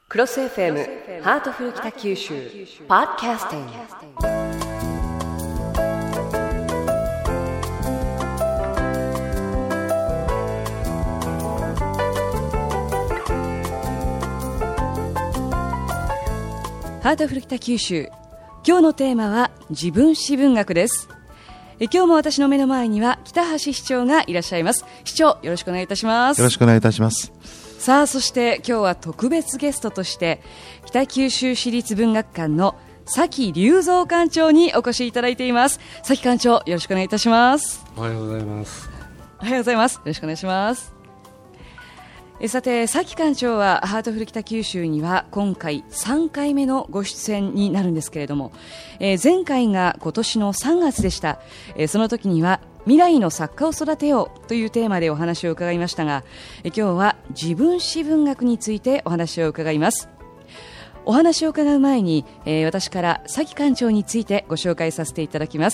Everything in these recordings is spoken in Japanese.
クロス FM ハートフル北九州パーキャスティング。ハートフル北九州、今日のテーマは自分史文学です。今日も私の目の前には北橋市長がいらっしゃいます。市長、よろしくお願いいたします。 よろしくお願いいたします。 さあ、そして今日は特別ゲストとして北九州市立文学館の崎隆三館長にお越しいただいています。崎館長、よろしくお願いいたします。 おはようございます。 おはようございます。よろしくお願いします。さて、崎館長はハートフル北九州には今回3回目のご出演になるんですけれども、前回が今年の3月でした。その時には未来の作家を育てようというテーマでお話を伺いましたが、今日は自分史文学についてお話を伺います。お話を伺う前に、私から崎館長についてご紹介させていただきます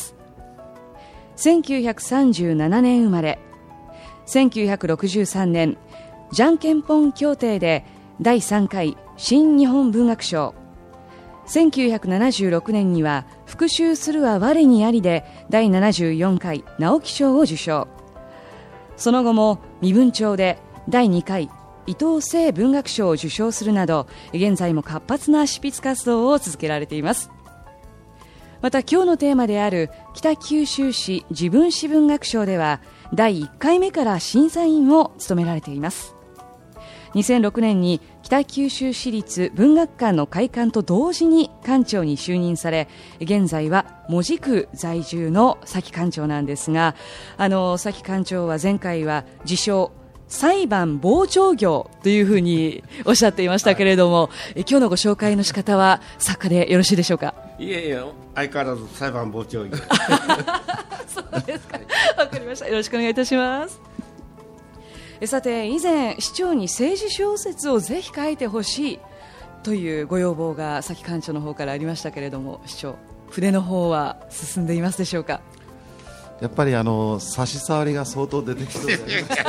。1937年生まれ、1963年ジャンケンポン協定で第3回新日本文学賞、1976年には復讐するは我にありで第74回直木賞を受賞。その後も身分帳で第2回伊藤清文学賞を受賞するなど、現在も活発な執筆活動を続けられています。また今日のテーマである北九州市自分史文学賞では第1回目から審査員を務められています。2006年に北九州市立文学館の開館と同時に館長に就任され、現在は門司区在住の崎館長なんですが、崎館長は前回は自称裁判傍聴業というふうにおっしゃっていましたけれども、今日のご紹介の仕方は作家でよろしいでしょうか。 いえいえ、相変わらず裁判傍聴業そうですか、わかりました。よろしくお願いいたします。さて、以前市長に政治小説をぜひ書いてほしいというご要望が崎館長の方からありましたけれども、市長、筆の方は進んでいますでしょうか。 やっぱり差し障りが相当出てきそうで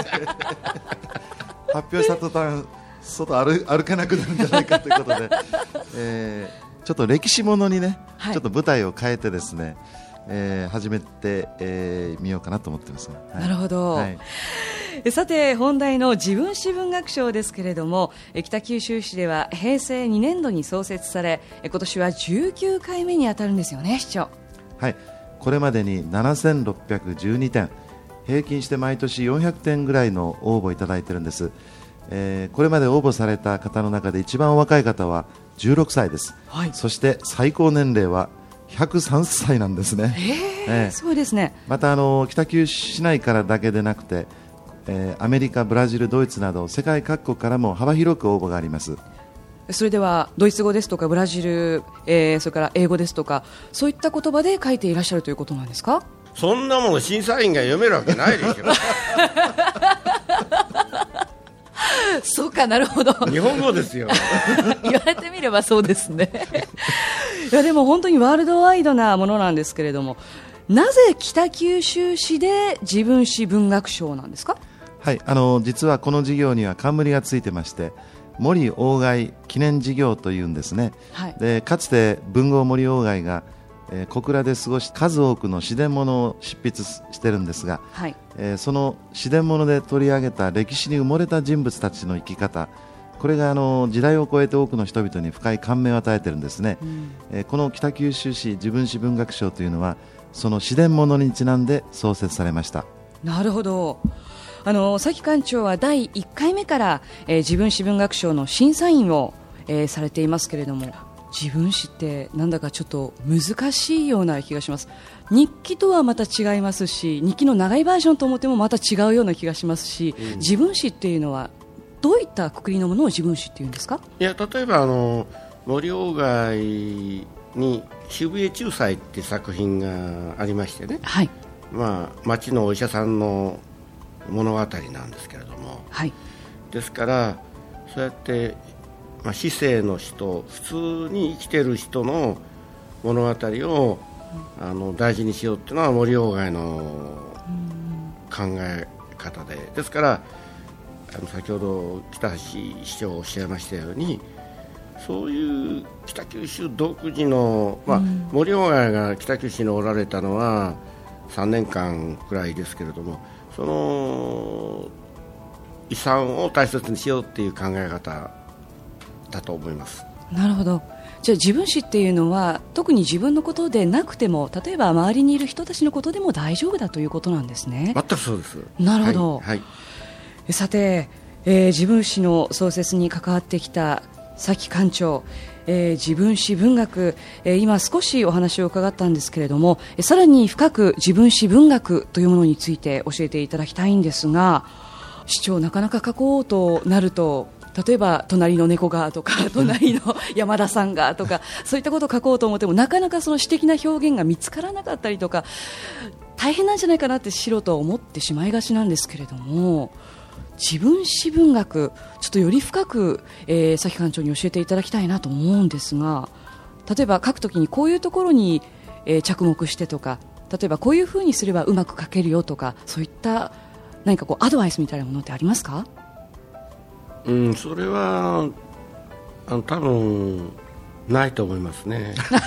発表した途端外歩けなくなるんじゃないかということで、ちょっと歴史ものにね、はい、ちょっと舞台を変えてですね、始めてみようかなと思ってます、はい、 なるほど、はい。さて、本題の自分史文学賞ですけれども、北九州市では平成2年度に創設され、今年は19回目に当たるんですよね、市長。 はい、これまでに7612点、平均して毎年400点ぐらいの応募いただいているんです。これまで応募された方の中で一番お若い方は16歳です、はい、そして最高年齢は103歳なんですね。 そうですね。 また北九州市内からだけでなくて、アメリカ、ブラジル、ドイツなど世界各国からも幅広く応募があります。 それではドイツ語ですとかブラジル、それから英語ですとか、そういった言葉で書いていらっしゃるということなんですか。そんなもの審査員が読めるわけないでしょそうか、なるほど。 日本語ですよ言われてみればそうですねいや、でも本当にワールドワイドなものなんですけれども、なぜ北九州市で自分史文学賞なんですか。 はい、実はこの事業には冠がついてまして、森鴎外記念事業というんですね、はい、でかつて文豪森鴎外が、小倉で過ごし数多くの詩伝物を執筆しているんですが、はい、その詩伝物で取り上げた歴史に埋もれた人物たちの生き方、これが時代を超えて多くの人々に深い感銘を与えているんですね、この北九州市自分史文学賞というのはその詩伝物にちなんで創設されました。 なるほど。崎館長は第1回目から、自分史文学賞の審査員を、されていますけれども、自分史ってなんだかちょっと難しいような気がします。日記とはまた違いますし、日記の長いバージョンと思ってもまた違うような気がしますし、自分史っていうのはどういった括りのものを自分史っていうんですか。 いや、例えば森鴎外に渋江仲裁って作品がありましてね、はい、町のお医者さんの物語なんですけれども、はい、ですからそうやって、市井の人、普通に生きている人の物語を大事にしようっていうのは森鴎外の考え方で、ですから先ほど北橋市長おっしゃいましたように、 そういう北九州独自の、森鴎外が北九州におられたのは3年間くらいですけれども、その遺産を大切にしようっていう考え方だと思います。 なるほど。じゃあ自分史っていうのは特に自分のことでなくても、例えば周りにいる人たちのことでも大丈夫だということなんですね。 全くそうです。 なるほど、 はいはい、 さて、自分史の創設に関わってきた崎館長、自分史文学、今少しお話を伺ったんですけれども、さらに深く自分史文学というものについて教えていただきたいんですが、市長なかなか書こうとなると、例えば隣の猫がとか隣の山田さんがとかそういったことを書こうと思ってもなかなかその詩的な表現が見つからなかったりとか大変なんじゃないかなって素人は思ってしまいがちなんですけれども、自分史文学ちょっとより深く、崎館長に教えていただきたいなと思うんですが、例えば書くときにこういうところに、着目してとか、例えばこういうふうにすればうまく書けるよとか、そういった何かこうアドバイスみたいなものってありますか？ それは多分ないと思いますね。だ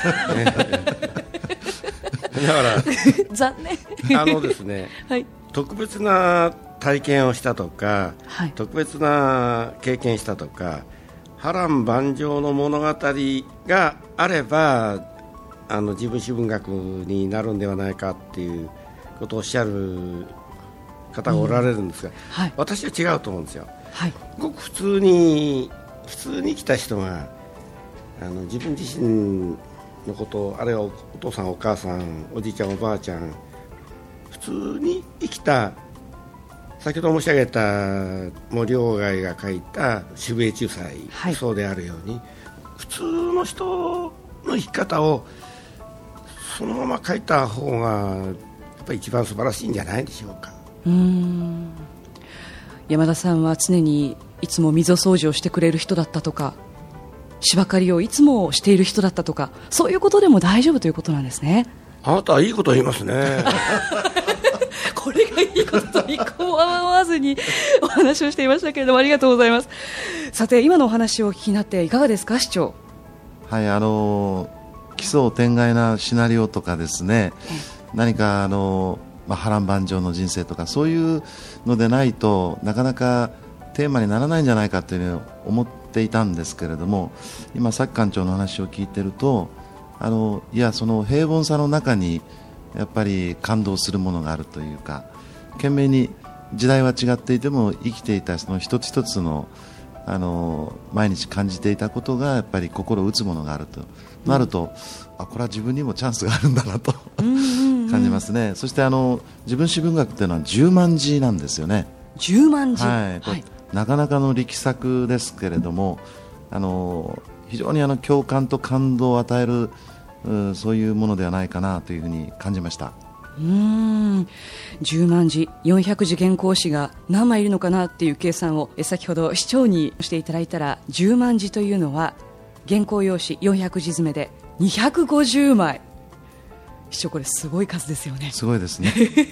から残念ですね、 はい、 特別な体験をしたとか、 はい、 特別な経験したとか、波乱万丈の物語があれば自分史文学になるんではないかっていうことをおっしゃる方がおられるんですが、 はい、 私は違うと思うんですよ。 はい、 ごく普通に来た人が自分自身のことを、あるいはお父さんお母さんおじいちゃんおばあちゃん、普通に生きた、先ほど申し上げた森鴎外が書いた渋江中祭、はい、そうであるように普通の人の生き方をそのまま書いた方がやっぱり一番素晴らしいんじゃないでしょうか。 山田さんは常にいつも溝掃除をしてくれる人だったとか、芝刈りをいつもしている人だったとか、そういうことでも大丈夫ということなんですね。 あなたはいいこと言いますね。 これがいいことと一個も思わずにお話をしていましたけれども、ありがとうございます。さて、今のお話をお聞きになっていかがですか、市長。 はい、奇想天外なシナリオとかですね、何か波乱万丈の人生とかそういうのでないとなかなかテーマにならないんじゃないかというのを思っていたんですけれども、今崎館長の話を聞いているといや、その平凡さの中にやっぱり感動するものがあるというか、懸命に時代は違っていても生きていたその一つ一つの毎日感じていたことがやっぱり心を打つものがあるとなると、これは自分にもチャンスがあるんだなと感じますね。そして自分史文学というのは10万字なんですよね。 10万字、 はいはい、なかなかの力作ですけれども、非常に共感と感動を与えるそういうものではないかなというふうに感じました。 10万字400字原稿紙が何枚いるのかなっていう計算を先ほど市長にしていただいたら、10万字というのは原稿用紙400字詰めで250枚。市長、これすごい数ですよね。 すごいですね。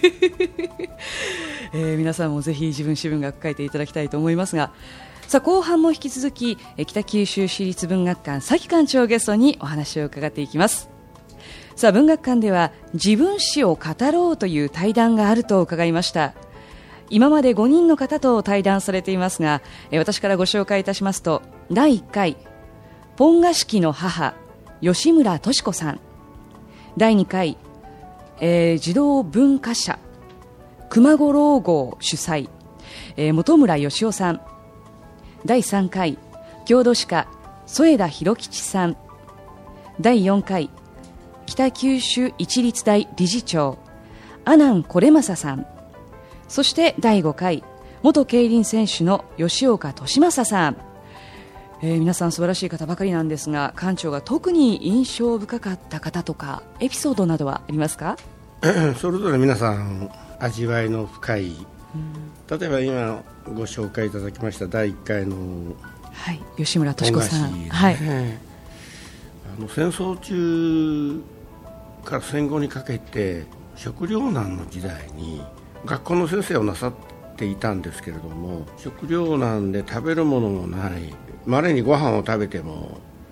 皆さんもぜひ自分史文学書いていただきたいと思いますが、さあ後半も引き続き北九州市立文学館崎館長をゲストにお話を伺っていきます。さあ文学館では自分史を語ろうという対談があると伺いました。今まで5人の方と対談されていますが、私からご紹介いたしますと、第1回ポン菓子の母吉村敏子さん、第2回、児童文化社熊五郎号主催、本村義雄さん、第3回郷土史家添田博吉さん、第4回北九州市立大理事長阿南惟正さん、そして第5回元競輪選手の吉岡俊正さん、皆さん素晴らしい方ばかりなんですが、館長が特に印象深かった方とかエピソードなどはありますか？ それぞれ皆さん味わいの深い、例えば今ご紹介いただきました第1回の、 はい、吉村敏子さん、 ね、 はい、 戦争中から戦後にかけて食糧難の時代に学校の先生をなさっていたんですけれども、食糧難で食べるものもない、稀にご飯を食べても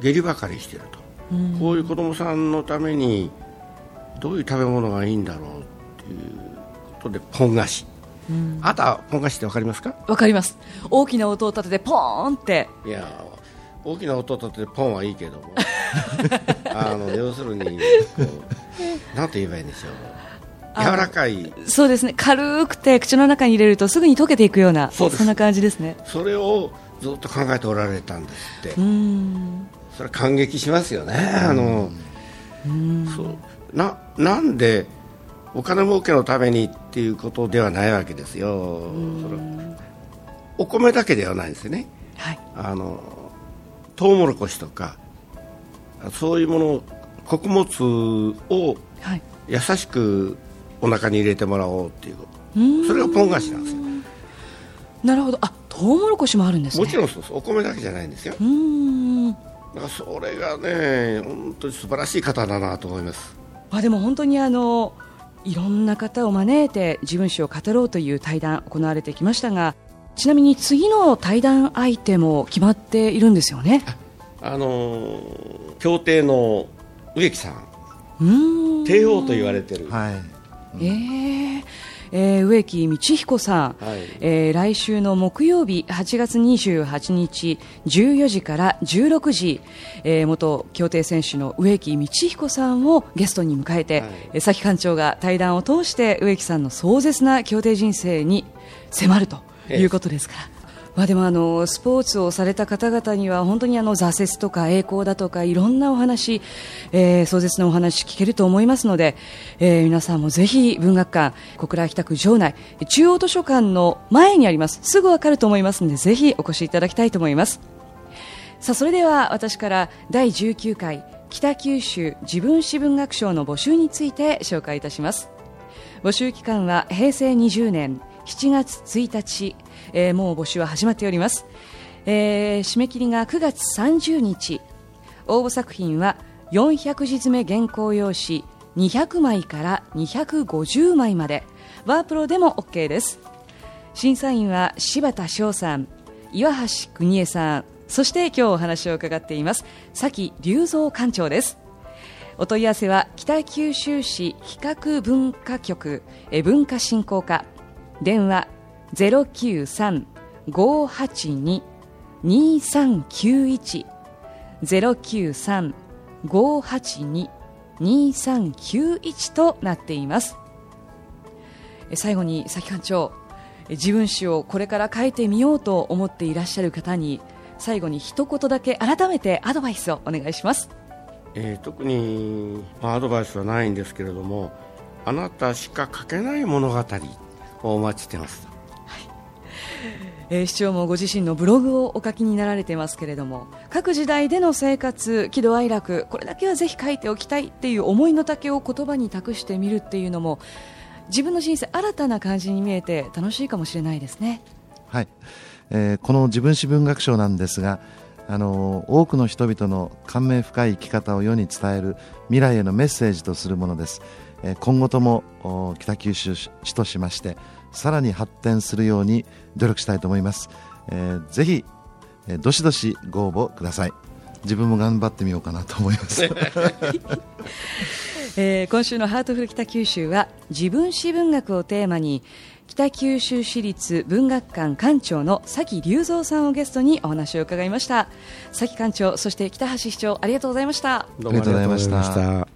下痢ばかりしてると、こういう子どもさんのためにどういう食べ物がいいんだろうということでポン菓子、あなたポン菓子って分かりますか？ 分かります。大きな音を立ててポーンって。 いや大きな音を立ててポンはいいけども要するに何と言えばいいんでしょう、柔らかい、 そうですね、軽くて口の中に入れるとすぐに溶けていくような、そんな感じですね。 それをずっと考えておられたんですって。それは感激しますよね。なんでお金儲けのためにっていうことではないわけですよ。それお米だけではないですよね、はい、トウモロコシとかそういうもの、穀物を優しくお腹に入れてもらおうっていうこと、それがポン菓子なんですよ。 なるほど。トウモロコシもあるんですね。 もちろんそうです。お米だけじゃないんですよ。だからそれがね、本当に素晴らしい方だなと思います。 でも本当にいろんな方を招いて自分史を語ろうという対談行われてきましたが、ちなみに次の対談相手も決まっているんですよね。 協定の植木さん、帝王と言われてる、 植木道彦さん、来週の木曜日8月28日14時から16時、元競艇選手の植木道彦さんをゲストに迎えて、佐木館長が対談を通して植木さんの壮絶な競艇人生に迫るということですから、でもスポーツをされた方々には本当に挫折とか栄光だとかいろんなお話、壮絶なお話聞けると思いますので、皆さんもぜひ文学館小倉北区城内中央図書館の前にあります。すぐわかると思いますのでぜひお越しいただきたいと思います。さあ、それでは私から第19回北九州自分史文学賞の募集について紹介いたします。募集期間は平成20年7月1日、もう募集は始まっております。締め切りが9月30日。応募作品は400字詰め原稿用紙200枚から250枚まで、ワープロでも OK です。審査員は柴田翔さん、岩橋邦恵さん、そして今日お話を伺っています佐木隆三館長です。お問い合わせは北九州市比較文化局文化振興課、電話 093-582-2391 093-582-2391 となっています。最後に佐木館長、自分史をこれから書いてみようと思っていらっしゃる方に最後に一言だけ改めてアドバイスをお願いします。 特に、アドバイスはないんですけれども、あなたしか書けない物語をお待ちしています。 市長もご自身のブログをお書きになられていますけれども、各時代での生活、喜怒哀楽、これだけはぜひ書いておきたいっていう思いの丈を言葉に託してみるっていうのも自分の人生新たな感じに見えて楽しいかもしれないですね。 はい、この自分史文学賞なんですが、多くの人々の感銘深い生き方を世に伝える未来へのメッセージとするものです。今後とも北九州市としましてさらに発展するように努力したいと思います。ぜひどしどしご応募ください。自分も頑張ってみようかなと思います今週のハートフル北九州は自分史文学をテーマに北九州市立文学館館長の佐木隆三さんをゲストにお話を伺いました。佐木館長、そして北橋市長、ありがとうございました。 どうもありがとうございました。